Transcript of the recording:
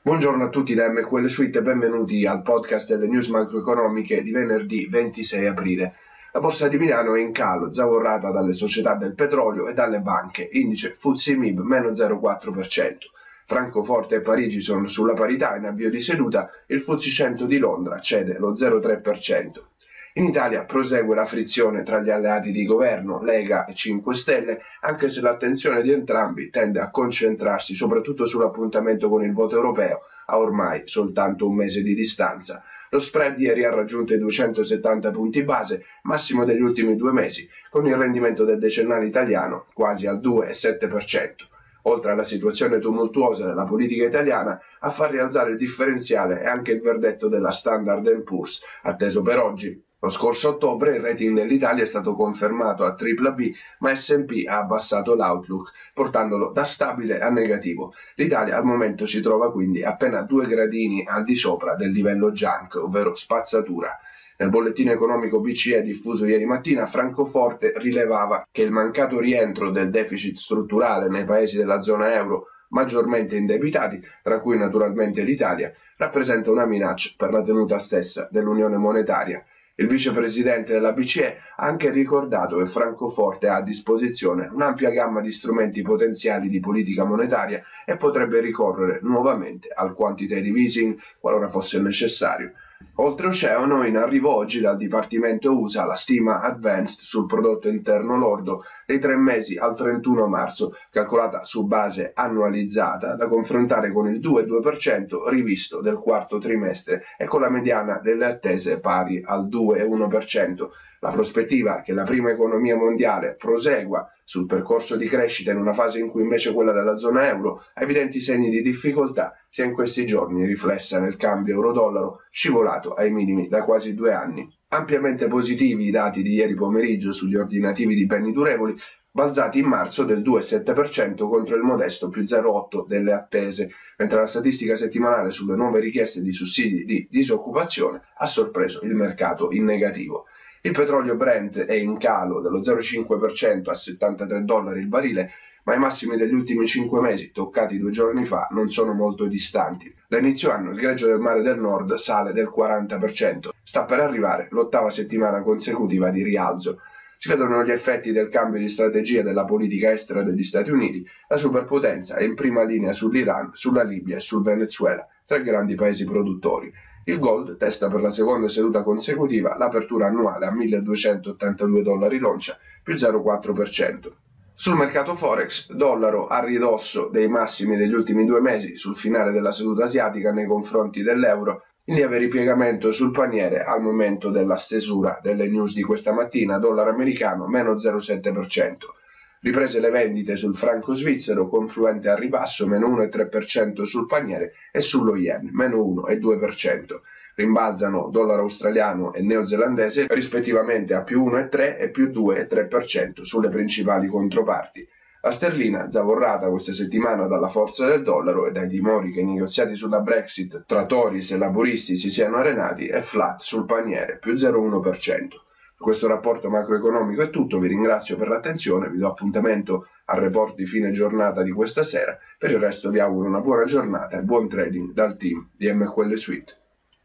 Buongiorno a tutti da MQL Suite e benvenuti al podcast delle news macroeconomiche di venerdì 26 aprile. La borsa di Milano è in calo, zavorrata dalle società del petrolio e dalle banche, indice FTSE MIB meno 0,4%. Francoforte e Parigi sono sulla parità in avvio di seduta, il FTSE 100 di Londra cede lo 0,3%. In Italia prosegue la frizione tra gli alleati di governo, Lega e 5 Stelle, anche se l'attenzione di entrambi tende a concentrarsi soprattutto sull'appuntamento con il voto europeo, a ormai soltanto un mese di distanza. Lo spread ieri ha raggiunto i 270 punti base, massimo degli ultimi 2 mesi, con il rendimento del decennale italiano quasi al 2,7%. Oltre alla situazione tumultuosa della politica italiana, a far rialzare il differenziale è anche il verdetto della Standard & Poor's, atteso per oggi. Lo scorso ottobre il rating dell'Italia è stato confermato a BBB, ma S&P ha abbassato l'outlook, portandolo da stabile a negativo. L'Italia al momento si trova quindi appena 2 gradini al di sopra del livello junk, ovvero spazzatura. Nel bollettino economico BCE diffuso ieri mattina, Francoforte rilevava che il mancato rientro del deficit strutturale nei paesi della zona euro maggiormente indebitati, tra cui naturalmente l'Italia, rappresenta una minaccia per la tenuta stessa dell'Unione monetaria. Il vicepresidente della BCE ha anche ricordato che Francoforte ha a disposizione un'ampia gamma di strumenti potenziali di politica monetaria e potrebbe ricorrere nuovamente al quantitative easing qualora fosse necessario. Oltreoceano, in arrivo oggi dal Dipartimento USA la stima Advanced sul prodotto interno lordo dei 3 mesi al 31 marzo, calcolata su base annualizzata, da confrontare con il 2,2% rivisto del quarto trimestre e con la mediana delle attese pari al 2,1%. La prospettiva che la prima economia mondiale prosegua sul percorso di crescita in una fase in cui invece quella della zona euro ha evidenti segni di difficoltà sia in questi giorni riflessa nel cambio euro-dollaro scivolato ai minimi da quasi 2 anni. Ampiamente positivi i dati di ieri pomeriggio sugli ordinativi di beni durevoli, balzati in marzo del 2,7% contro il modesto più 0,8% delle attese, mentre la statistica settimanale sulle nuove richieste di sussidi di disoccupazione ha sorpreso il mercato in negativo. Il petrolio Brent è in calo dello 0,5% a $73 il barile, ma i massimi degli ultimi 5 mesi, toccati 2 giorni fa, non sono molto distanti. Da inizio anno il greggio del Mare del Nord sale del 40%, sta per arrivare l'8ª settimana consecutiva di rialzo. Si vedono gli effetti del cambio di strategia della politica estera degli Stati Uniti. La superpotenza è in prima linea sull'Iran, sulla Libia e sul Venezuela, 3 grandi paesi produttori. Il gold testa per la seconda seduta consecutiva l'apertura annuale a $1.282 l'oncia, più 0,4%. Sul mercato Forex, dollaro a ridosso dei massimi degli ultimi 2 mesi sul finale della seduta asiatica nei confronti dell'euro, in lieve ripiegamento sul paniere al momento della stesura delle news di questa mattina, dollaro americano meno 0,7%. Riprese le vendite sul franco svizzero, confluente al ribasso, meno 1,3% sul paniere, e sullo yen, meno 1,2%. Rimbalzano dollaro australiano e neozelandese rispettivamente a più 1,3% e più 2,3% sulle principali controparti. La sterlina, zavorrata questa settimana dalla forza del dollaro e dai timori che i negoziati sulla Brexit tra Tories e laburisti si siano arenati, è flat sul paniere, più 0,1%. Questo rapporto macroeconomico è tutto, vi ringrazio per l'attenzione, vi do appuntamento al report di fine giornata di questa sera, per il resto vi auguro una buona giornata e buon trading dal team di MQL Suite.